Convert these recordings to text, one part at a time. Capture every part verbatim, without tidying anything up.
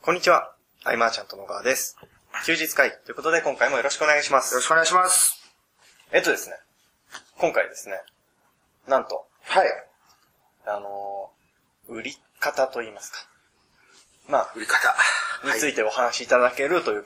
こんにちは、アイマーちゃんと野川です。休日会議ということで今回もよろしくお願いします。 よろしくお願いします。 えっとですね、今回ですね、なんと、 はい。 あのー、売り方と言いますか。まあ、 売り方。 についてお話しいただけるという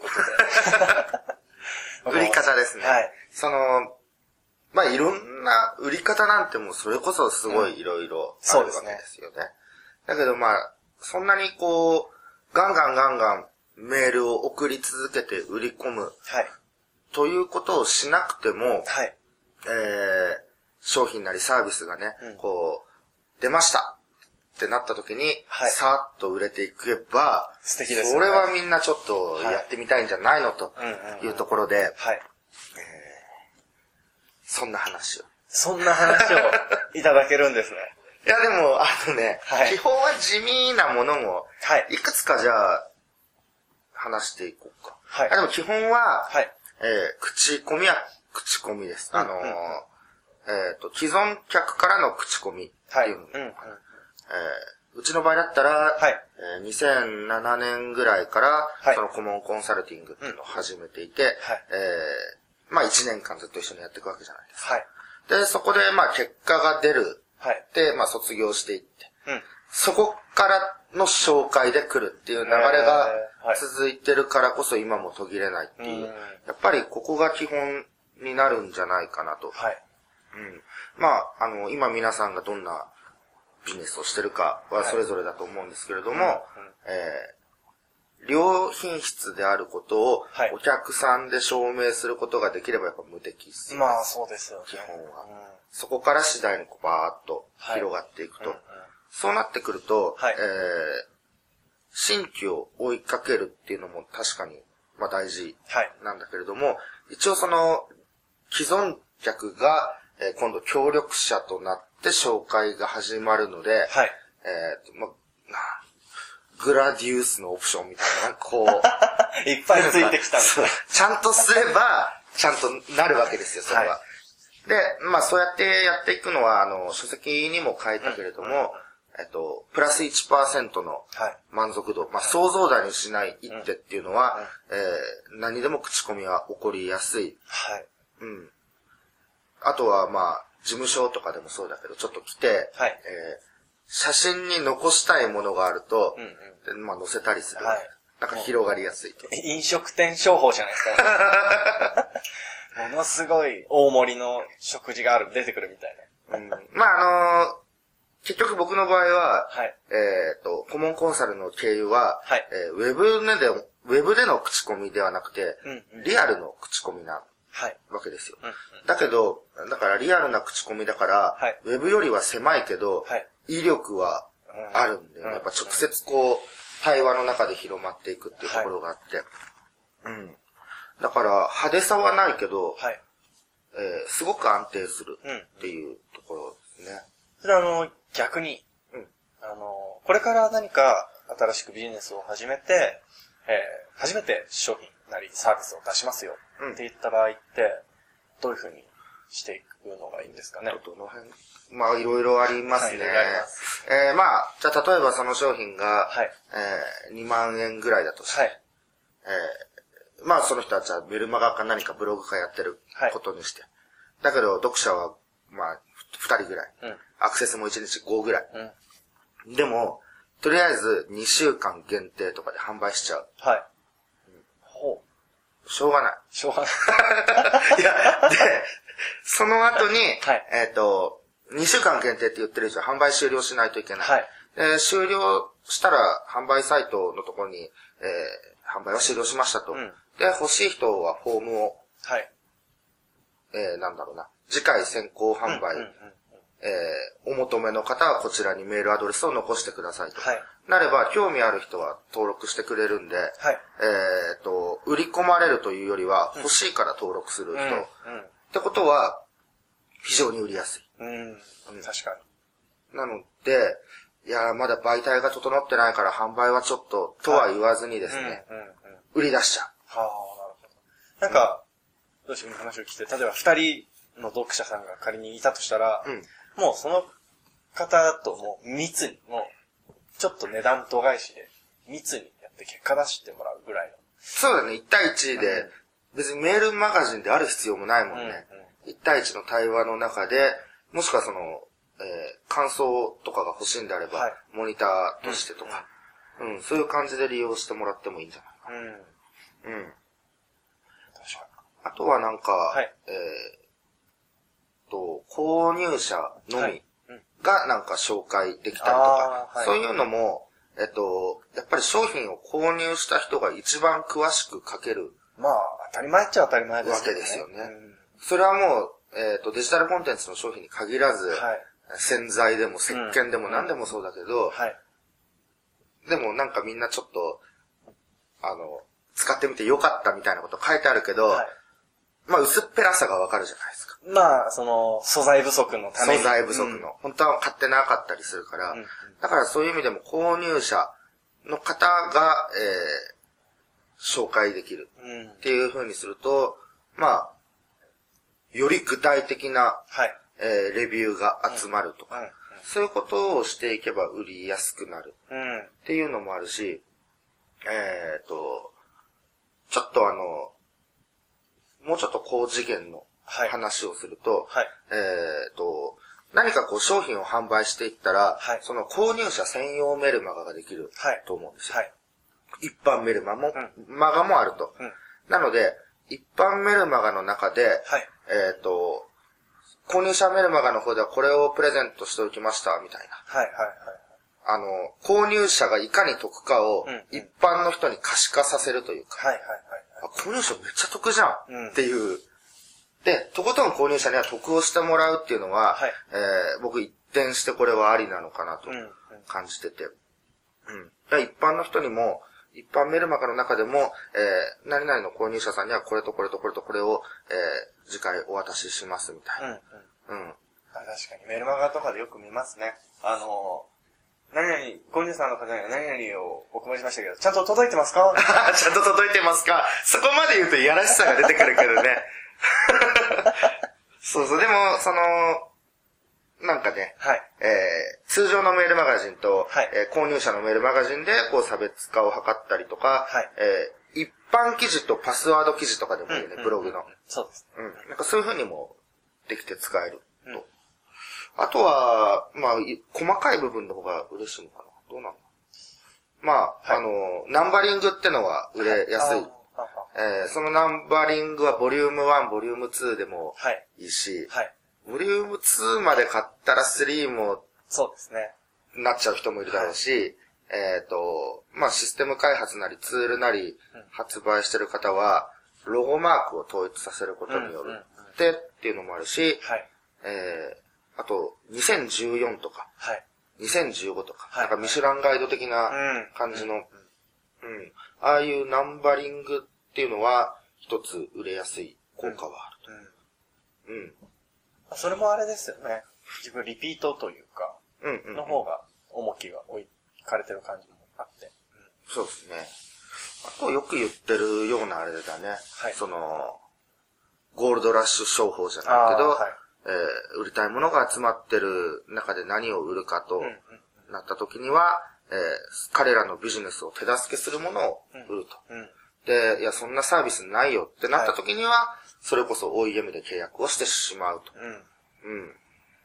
ことで。 売り方ですね。 はい。 その、まあ、いろんな売り方なんてもうそれこそすごいいろいろあるわけですよね。だけどまあ、そんなにこう、ガンガンガンガンメールを送り続けて売り込む。 はい。 ということをしなくても、 はい。 えー、商品なりサービスがね、 うん、 こう、出ましたってなった時に、 はい、 さーっと売れていけば、 素敵ですね。 それはみんなちょっとやってみたいんじゃないの、はい、というところで、 はい。 えー、そんな話を。 そんな話をいただけるんですね。 いやでも、あのね、 はい、 基本は地味なものも、 はい。 いくつかじゃあ、話していこうか。 はい。 あでも基本は、 はい。 えー、口コミは口コミです。あのー、うんうん、えっと、既存客からの口コミっていうの、はい、うんうん、えー、うちの場合だったら、はい、えー、にせんななねんぐらいから、はい、その顧問コンサルティングっていうのを始めていて、はい、えー、まあいちねんかんずっと一緒にやっていくわけじゃないですか。はい、で、そこでまあ結果が出る。はい、で、まあ卒業していって、うん、そこからの紹介で来るっていう流れが続いてるからこそ今も途切れないっていう、はい、やっぱりここが基本になるんじゃないかなと。はい、うん、まあ、あの、今皆さんがどんなビジネスをしてるかはそれぞれだと思うんですけれども、はい、えー、良品質であることをお客さんで証明することができればやっぱ無敵ですよね。 まあそうですよね。 基本は。うん、そこから次第にこうバーッと広がっていくと。はい、うんうん、そうなってくると、はい、えー、新規を追いかけるっていうのも確かに、まあ大事なんだけれども、はい、一応その既存客が、えー、今度協力者となって紹介が始まるので、はい、えーと、まあ、グラディウスのオプションみたいな、こう。 いっぱいついてきたんですちゃんとすれば、ちゃんとなるわけですよ、それは。はい、で、まあそうやってやっていくのは、あの、書籍にも書いたけれども、うん、えっと、プラス いちパーセント の満足度、はい、まあ想像だにしない一手っていうのは、うん、えー、何でも口コミは起こりやすい。はい。うん。あとは、まあ、事務所とかでもそうだけど、ちょっと来て、はい、えー写真に残したいものがあると、うんうん、まあ載せたりする。はい、なんか広がりやすいと。 飲食店商法じゃないですか。ものすごい大盛りの食事がある、出てくるみたいな。 うん、まああのー、結局僕の場合は、はい、えっと、顧問コンサルの経由は、はい、えー、ウェブでで、ウェブでの口コミではなくて、うんうん、リアルの口コミなわけですよ。はい、うんうん、だけど、だからリアルな口コミだから、はい、ウェブよりは狭いけど、はい、威力はあるんだよね。やっぱ直接こう、対話の中で広まっていくっていうところがあって。はい、うん。だから派手さはないけど、はい、えー、すごく安定するっていうところですね。 それあの、逆に、うん、あの、これから何か新しくビジネスを始めて、えー、初めて商品なりサービスを出しますよって言った場合って、どういうふうにしていくのがいいんですかね。 どの辺まあいろいろありますね。はい、あります。えー、まあ、じゃあ例えばその商品が、はい、えー、にまんえんぐらいだとして、はい、えー、まあその人はじゃあメルマガか何かブログかやってることにして、はい、だけど読者はまあふたりぐらい、うん、アクセスもいちにちごぐらい、うん、でも、とりあえずにしゅうかん限定とかで販売しちゃう。はい。うん、ほう。しょうがない。 しょうがない。 いや、で、その後に、はい、えっと、にしゅうかん限定って言ってる以上販売終了しないといけない。はい、で終了したら販売サイトのところに、えー、販売は終了しましたと。うん、で、欲しい人はフォームを、はい、えー、なんだろうな、次回先行販売、うんうんうんえー、お求めの方はこちらにメールアドレスを残してくださいと。はい、なれば、興味ある人は登録してくれるんで、はい、えっと、売り込まれるというよりは、欲しいから登録する人。うんうん、ってことは、非常に売りやすい。 うん、確かに。なので、いや、まだ媒体が整ってないから販売はちょっと、とは言わずにですね、うんうんうん、売り出しちゃう。はあ、なるほど。なんか、どうしても話を聞いて、例えば二人の読者さんが仮にいたとしたら、うん、もうその方ともう密に、もう、ちょっと値段度外視で密にやっって結果出してもらうぐらいの。 そうだね、いち対いちで、別にメールマガジンである必要もないもんね。うんうん、いち対いちの対話の中で、もしくはその、えー、感想とかが欲しいんであれば、はい、モニターとしてとか、うんうん、そういう感じで利用してもらってもいいんじゃないかな。うん。うん。確かに。あとはなんか、はい、えー、と、購入者のみがなんか紹介できたりとか、はい、そういうのも、えっと、やっぱり商品を購入した人が一番詳しく書ける。 まあ、当たり前っちゃ当たり前ですけどね。わけですよね。うん、それはもう、えっと、デジタルコンテンツの商品に限らず、はい、洗剤でも石鹸でも何でもそうだけど、うんはい、でもなんかみんなちょっと、あの、使ってみてよかったみたいなこと書いてあるけど、はい、まあ薄っぺらさがわかるじゃないですか。 まあ、その、素材不足のために。 素材不足の。うん、本当は買ってなかったりするから、うんうん、だからそういう意味でも購入者の方が、えー、紹介できるっていう風にすると、うん、まあ、より具体的な、はいえー、レビューが集まるとか、うんうんうん、そういうことをしていけば売りやすくなるっていうのもあるし、えっと、ちょっとあの、もうちょっと高次元の話をすると、はいはい、えっと、何かこう商品を販売していったら、はい、その購入者専用メルマガができると思うんですよ。はい、一般メルマも、うん、マガもあると。うん、なので、一般メルマガの中で、はい、えっと、購入者メルマガの方ではこれをプレゼントしておきました、みたいな。はいはいはい。あの、購入者がいかに得かを一般の人に可視化させるというか。はいはいはい。購入者めっちゃ得じゃんっていう。うん、で、とことん購入者には得をしてもらうっていうのは、はい、えー、僕一転してこれはありなのかなと感じてて。うん。うん、一般の人にも、一般メルマガの中でも、えー、何々の購入者さんにはこれとこれとこれとこれを、えー、次回お渡ししますみたいな。うん、うん。うん。 確かに。メルマガとかでよく見ますね。あの、何々、購入者さんの方には何々をお配りしましたけど、ちゃんと届いてますかちゃんと届いてますかそこまで言うといやらしさが出てくるけどね。そうそう、でも、その、なんかね、はい、えー、通常のメールマガジンと、はいえー、購入者のメールマガジンでこう差別化を図ったりとか、はいえー、一般記事とパスワード記事とかでもいいよね、うん、ブログの、うん。そうです。うん。なんかそういう風にもできて使えると。うん、あとは、まあ、細かい部分の方が嬉しいのかな。どうなのまあ、はい、あの、ナンバリングってのは売れやすい。はいえー、そのナンバリングはボリュームワン、ボリュームツーでもいいし、はいはいボリュームツーまで買ったらスリーも、 そうですね。 なっちゃう人もいるだろうし、はい、えっと、まあ、システム開発なりツールなり発売してる方は、ロゴマークを統一させることによるってっていうのもあるし、はい、えー、あと、にせんじゅうよんとか、はい、にせんじゅうごとか、はい、なんかミシュランガイド的な感じの、うん、うんうん、ああいうナンバリングっていうのは、一つ売れやすい効果はあると。うん。うんそれもあれですよね。自分リピートというか、うんうんうん、の方が重きが置かれてる感じもあって、うん。 そうですね。あとよく言ってるようなあれだね。はい、その、ゴールドラッシュ商法じゃないけど、はいえー、売りたいものが集まってる中で何を売るかとなった時には、えー、彼らのビジネスを手助けするものを売ると。うんうん、で、いや、そんなサービスないよってなった時には、はいそれこそ オーイーエム で契約をしてしまうと。うん。うん。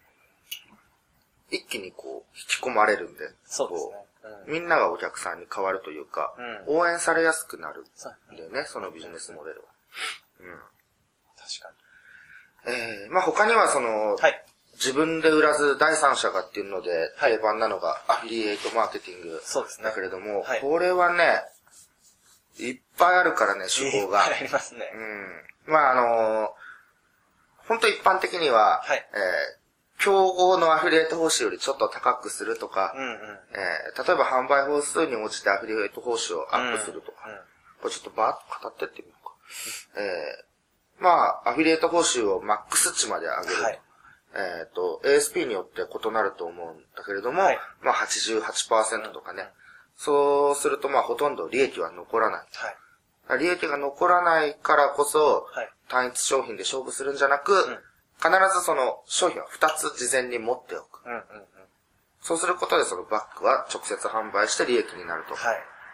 一気にこう、引き込まれるんで。そうですね。うん、みんながお客さんに変わるというか、うん、応援されやすくなるんだよね、そのビジネスモデルは。うん。 確かに。えー、まあ他にはその、はい、自分で売らず第三者がっていうので定番なのがアフィリエイトマーケティングだけれども、はい、これはね、いっぱいあるからね、手法が。 いっぱいありますね。 うん。まあ、あのー、本当一般的には、はい、えー、競合のアフィリエイト報酬よりちょっと高くするとか、うんうんえー、例えば販売本数に応じてアフィリエイト報酬をアップするとか、うんうん、これちょっとバーッと語ってってみようか。えー、まあ、アフィリエイト報酬をマックス値まで上げると。はい、えっ、ー、と、エーエスピー によって異なると思うんだけれども、はい、まあ はちじゅうはちパーセント とかね、うんうんそうするとまあほとんど利益は残らない。はい、利益が残らないからこそ、はい、単一商品で勝負するんじゃなく、うん、必ずその商品はふたつ事前に持っておく。うんうんうん、そうすることでそのバッグは直接販売して利益になると。はい、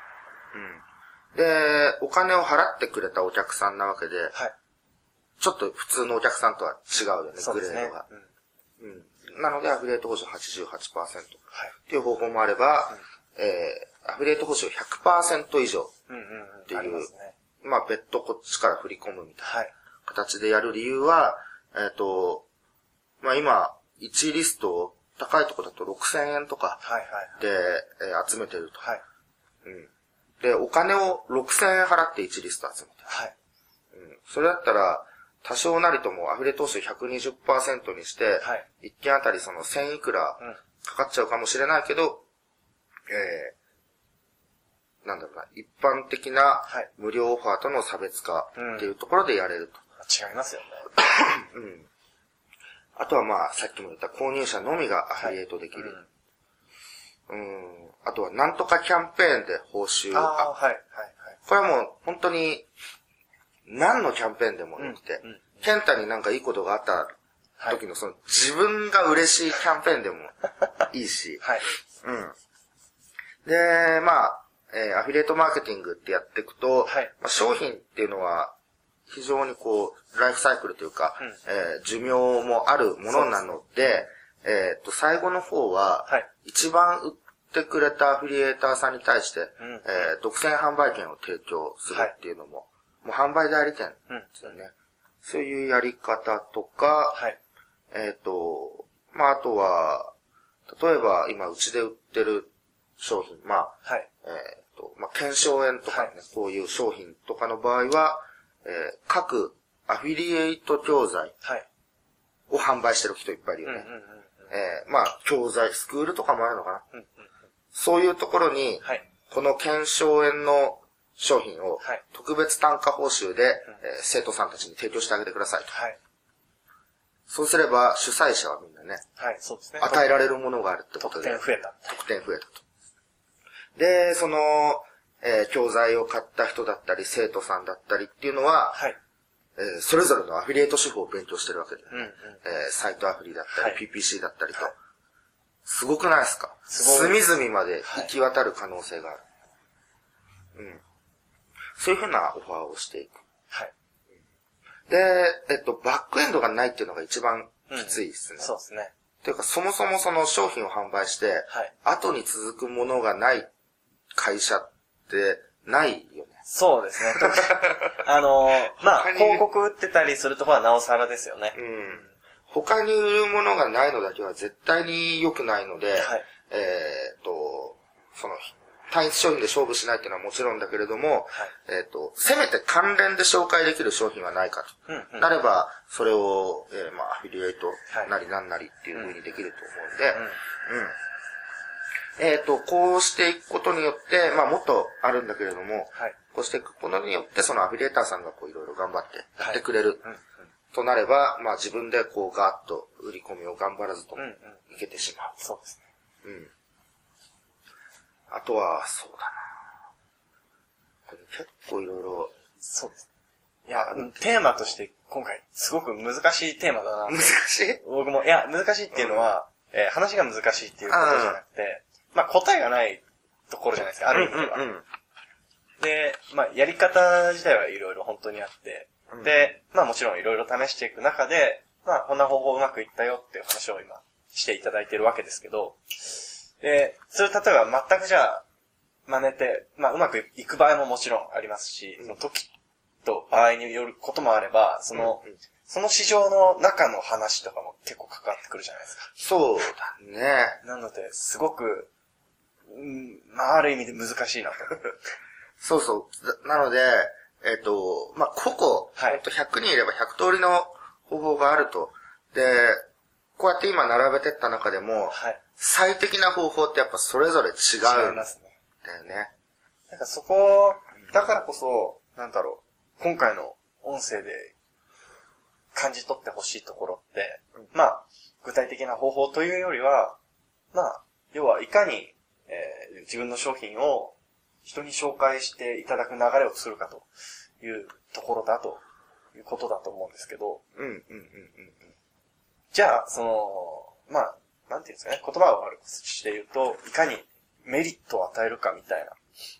うん。で、お金を払ってくれたお客さんなわけで、はい。ちょっと普通のお客さんとは違うよね、グレードが。うん。うん。なので、アフィリエイト報酬 はちじゅうはちパーセント。はい。っていう方法もあれば、うん、えー、アフィリエイト報酬 ひゃくパーセント 以上っていう、うんうんうん、ありますね。まあ、別途こっちから振り込むみたいな形でやる理由は、はい、えっ、ー、と、まあ今、いちリストを高いところだとろくせんえんとかで、はいはいはい、えー、集めてると、はい。うん。で、お金をろくせんえん払っていちリスト集めてる。はい。うん。それだったら、多少なりともアフィリエイト報酬 ひゃくにじゅっパーセント にして、はい、いっけんあたりそのせんいくらかかっちゃうかもしれないけど、えー、なんだろうな、一般的な無料オファーとの差別化っていうところでやれると。 うん、違いますよね。 うん。あとはまあ、さっきも言った購入者のみがアフィリエイトできる。はい、うん、うん。あとは、なんとかキャンペーンで報酬アップ。あ、はい、はい、はい。これはもう、本当に、何のキャンペーンでもなくて、うんうん、ケンタになんかいいことがあった時のその、自分が嬉しいキャンペーンでもいいし、はい。うん。で、まあ、えー、アフィリエイトマーケティングってやっていくと、はい、まあ、商品っていうのは、非常にこう、ライフサイクルというか、うん、えー、寿命もあるものなので、でえっと、最後の方は、はい、一番売ってくれたアフィリエイターさんに対して、うん、えー、独占販売権を提供するっていうのも、はい、もう販売代理店ですよね。うん、そういうやり方とか、はい、えっと、まあ、あとは、例えば今うちで売ってる商品、まあ、はい、えっと、まあ、検証園とかね、はい、こういう商品とかの場合は、えー、各アフィリエイト教材を販売してる人いっぱいいるよね。うんうんうんうん、えー、まあ、教材、スクールとかもあるのかな。うんうんうん、そういうところに、はい、この検証園の商品を特別単価報酬で、はい、えー、生徒さんたちに提供してあげてくださいと。はい、そうすれば主催者はみんなね、はい、そうですね、与えられるものがあるってことで。 得点増えた。 得点増えたと。で、その、えー、教材を買った人だったり、生徒さんだったりっていうのは、はい、えー、それぞれのアフィリエイト手法を勉強してるわけで、うんうん、えー、サイトアフリだったり、はい、ピーピーシー だったりと、はい、すごくないですか？隅々まで行き渡る可能性がある。はい、うん。そういうふうなオファーをしていく。はい。で、えっと、バックエンドがないっていうのが一番きついですね。うん、そうですね。というか、そもそもその商品を販売して、はい、後に続くものがない会社ってないよね。 そうですね。あのー、まあ、広告売ってたりするところはなおさらですよね。うん。 他に売るものがないのだけは絶対に良くないので、はい、えっと、その、単一商品で勝負しないっていうのはもちろんだけれども、はい、えっと、せめて関連で紹介できる商品はないかと。うんうん、なれば、それを、えー、まあ、アフィリエイトなりなんなりっていう風にできると思うんで、うんうんえっ、ー、と、こうしていくことによって、まあもっとあるんだけれども、はい、こうしていくことによって、そのアフィリエーターさんがこういろいろ頑張ってやってくれる、はいうんうん、となれば、まあ自分でこうガーッと売り込みを頑張らずともいけてしまう。うんうん、そうですね。うん。あとは、そうだな。これ結構いろいろ。 そうです。いや、テーマとして今回すごく難しいテーマだな。 難しい僕も、いや、難しいっていうのは、うんえー、話が難しいっていうことじゃなくて、まあ答えがないところじゃないですか、ある意味では。うんうんうん、で、まあやり方自体はいろいろ本当にあって、うん、で、まあもちろんいろいろ試していく中で、まあこんな方法うまくいったよっていう話を今していただいてるわけですけど、で、それ例えば全くじゃあ真似て、まあうまくいく場合ももちろんありますし、うん、その時と場合によることもあれば、その、うんうんその市場の中の話とかも結構関わってくるじゃないですか。 そうだね。 なので、すごく、うん、まあ、ある意味で難しいなと。 そうそう。なので、えっ、ー、と、まあ、個々、はい、ほんとひゃくにんいればひゃく通りの方法があると。で、こうやって今並べてった中でも、はい、最適な方法ってやっぱそれぞれ違う。違いますね。だよね。 なんかそこ、だからこそ、なんだろう、今回の音声で、感じ取ってほしいところって、うん、まあ、具体的な方法というよりは、まあ、要はいかに、えー、自分の商品を人に紹介していただく流れを作るかというところだということだと思うんですけど、うんうんうんうん、じゃあ、その、まあ、なんていうんですかね、言葉を悪くして言うと、いかにメリットを与えるかみたいな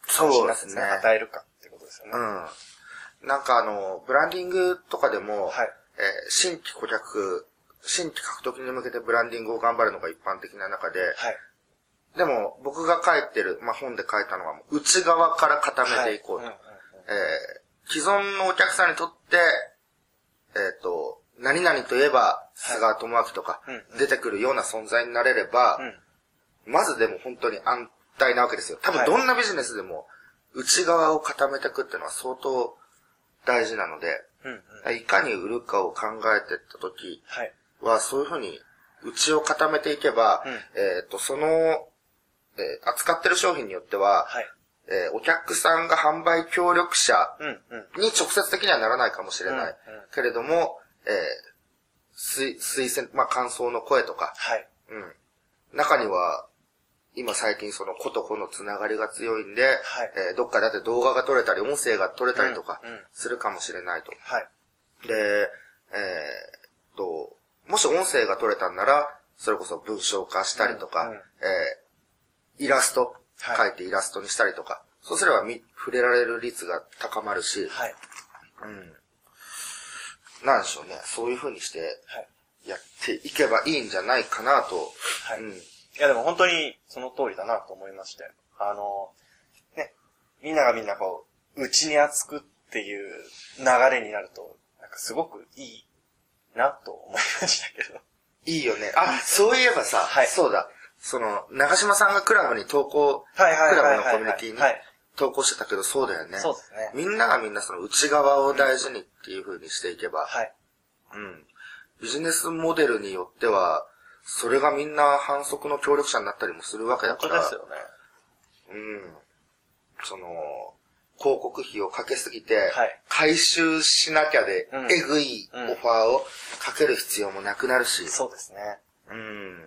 そうですね。 与えるかってことですよね。 うん。なんかあの、ブランディングとかでも、はい、えー、新規顧客、新規獲得に向けてブランディングを頑張るのが一般的な中で、はい、でも僕が書いてる、まあ、本で書いたのは内側から固めていこうと。はい、えー、既存のお客さんにとって、えっと、何々といえば、菅智明とか、出てくるような存在になれれば、はい、まずでも本当に安泰なわけですよ。多分どんなビジネスでも、内側を固めていくっていうのは相当大事なので、うんうん、いかに売るかを考えていったときは、そういうふうに内を固めていけば、うん、えっと、その、えー、扱ってる商品によっては、はい、えー、お客さんが販売協力者に直接的にはならないかもしれない。うんうん、けれども、えー、推、推薦、まあ、感想の声とか、はい、うん。中には、今最近その子と子のつながりが強いんで、はい、えー、どっかだって動画が撮れたり、音声が撮れたりとか、するかもしれないと。はい、で、えー、と、もし音声が撮れたんなら、それこそ文章化したりとか、うんうん、えー、イラスト、書いてイラストにしたりとか、はい、そうすればみ触れられる率が高まるし、はい、うん。なんでしょうね。そういう風にして、やっていけばいいんじゃないかなと。はい。うん、いやでも本当にその通りだなと思いまして。あの、ね、みんながみんなこう、内に熱くっていう流れになると、なんかすごくいいなと思いましたけど。 いいよね。あ、そういえばさ、はい、そうだ。その、長島さんがクラブに投稿、クラブのコミュニティに投稿してたけど、そうだよね。 そうですね。 みんながみんなその内側を大事にっていう風にしていけば、はい。うん。ビジネスモデルによっては、それがみんな反則の協力者になったりもするわけだから。 本当ですよね。 うん。その、広告費をかけすぎて、はい、回収しなきゃで、うん、えぐいオファーをかける必要もなくなるし。 うん、そうですね。 うん。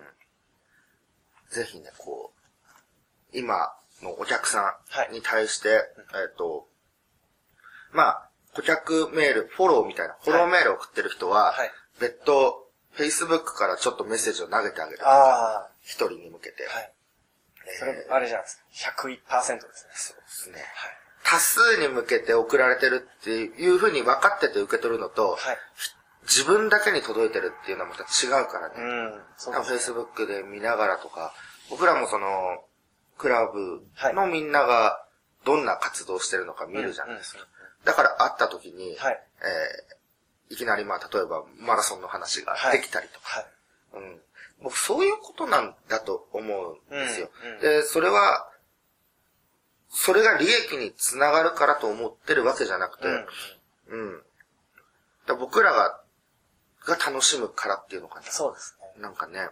ぜひね、こう、今のお客さんに対して、はい、えっと、まあ、顧客メール、フォローみたいな、フォローメールを送ってる人は、はい、別途、Facebook からちょっとメッセージを投げてあげる。ああ。一人に向けて。はい。 えー、それ、あれじゃないですか。ひゃくいちパーセント ですね。 そうですね。はい。多数に向けて送られてるっていうふうに分かってて受け取るのと、はい、自分だけに届いてるっていうのはまた違うからね。うん。そうですね。Facebook で見ながらとか、僕らもその、クラブのみんながどんな活動してるのか見るじゃないですか。だから会った時に、はい、えー、いきなりまあ例えばマラソンの話ができたりとか、はいはい、うん、僕そういうことなんだと思うんですよ。うんうん、で、それは、それが利益につながるからと思ってるわけじゃなくて、うん、うん。だ僕らが、が楽しむからっていうのかな。 そうですね。 なんかね。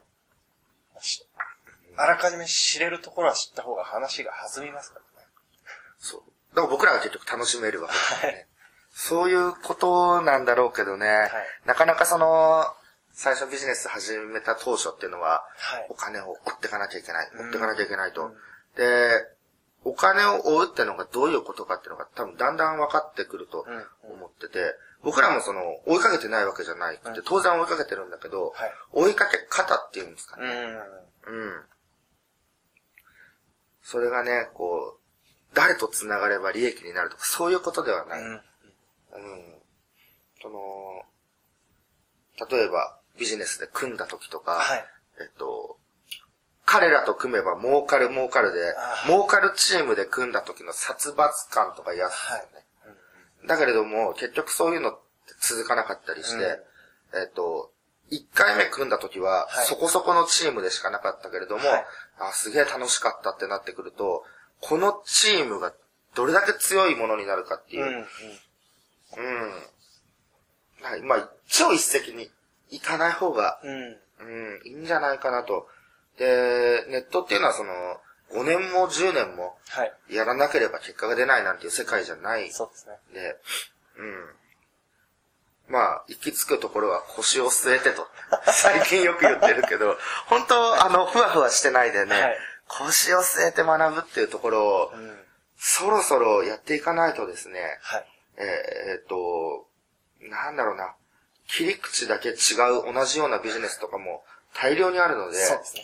あらかじめ知れるところは知った方が話が弾みますからね。 そう。だから僕らは結局楽しめるわけですよね。はい、そういうことなんだろうけどね。はい、なかなかその、最初ビジネス始めた当初っていうのは、はい、お金を追っていかなきゃいけない。追っていかなきゃいけないと。うん、で、お金を追うってのがどういうことかっていうのが多分だんだん分かってくると思ってて、僕らもその追いかけてないわけじゃないくて、当然追いかけてるんだけど、はい、追いかけ方っていうんですかね。うん。うん。それがね、こう、誰と繋がれば利益になるとか、そういうことではない。うん。うん、その、例えばビジネスで組んだ時とか、はい、えっと、彼らと組めば儲かる儲かるで、儲かるチームで組んだ時の殺伐感とか嫌ですよね。はいうん、だけれども、結局そういうのって続かなかったりして、うん、えっと、いっかいめ組んだ時は、そこそこのチームでしかなかったけれども、はい、あ、すげえ楽しかったってなってくると、このチームがどれだけ強いものになるかっていう。うん。うんうんはい、まあ、超一石に行かない方が、うん、うん、いいんじゃないかなと。で、ネットっていうのはその、ごねんもじゅうねんも、やらなければ結果が出ないなんていう世界じゃない。 そうですね。 で、うん。まあ、行き着くところは腰を据えてと。最近よく言ってるけど、本当、あの、ふわふわしてないでね、はい、腰を据えて学ぶっていうところを、うん、そろそろやっていかないとですね、はい、えー、えーっと、なんだろうな、切り口だけ違う同じようなビジネスとかも大量にあるので、 そうですね。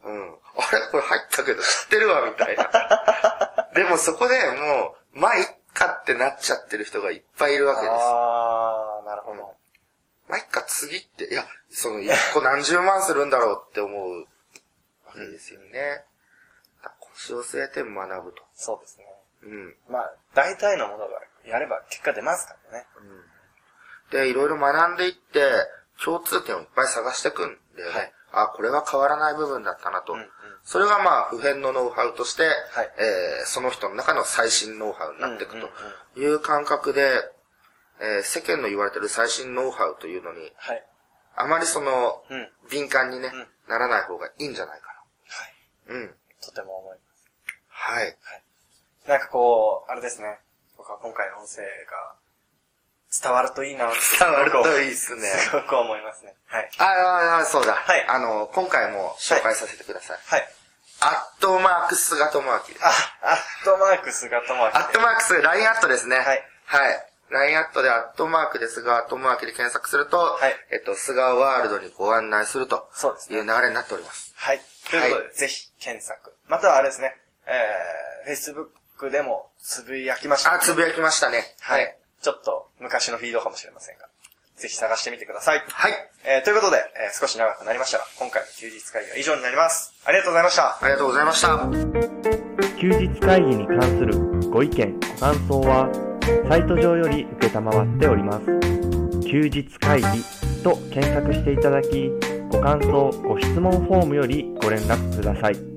うん。あれこれ入ったけど知ってるわ、みたいな。でもそこでもう、まあ、いっかってなっちゃってる人がいっぱいいるわけです。 あー、なるほど。 まあ、いっか次って、いや、そのいっこ何十万するんだろうって思うわけですよね。腰を据えて学ぶと。 そうですね。 うん。 まあ、大体のものがやれば結果出ますからね。 うん。で、いろいろ学んでいって、共通点をいっぱい探していくんだよね。はい、あ、これは変わらない部分だったなと。うんうん、それがまあ、普遍のノウハウとして、はい、えー、その人の中の最新ノウハウになっていくという感覚で、えー、世間の言われている最新ノウハウというのに、はい、あまりその、うん、敏感にね、うん、ならない方がいいんじゃないかな。はい。うん。とても思います。 はい。はい。 なんかこう、あれですね。僕は今回の音声が伝わるといいなって。 伝わるといいですね。 すごく思いますね。はい。 ああ、そうだ。はい。あの、今回も紹介させてください。はい。アットマーク菅智明です。 あ、アットマーク菅智明。 アットマークす、ライン アットですね。はい。はい。ライン アットでアットマークで菅智明で検索すると、はい。えっと、菅ワールドにご案内すると。そうですね。いう流れになっております。 はい。ということで、ぜひ検索。またはあれですね、えー、Facebook でもつぶやきました、 ね。あ、つぶやきましたね。 はい。ちょっと昔のフィードかもしれませんが、ぜひ探してみてください。 はい。 えー、ということで、えー、少し長くなりましたが、今回の休日会議は以上になります。ありがとうございました。 ありがとうございました。 休日会議に関するご意見、ご感想は、サイト上より受けたまわっております。休日会議と検索していただき、ご感想、ご質問フォームよりご連絡ください。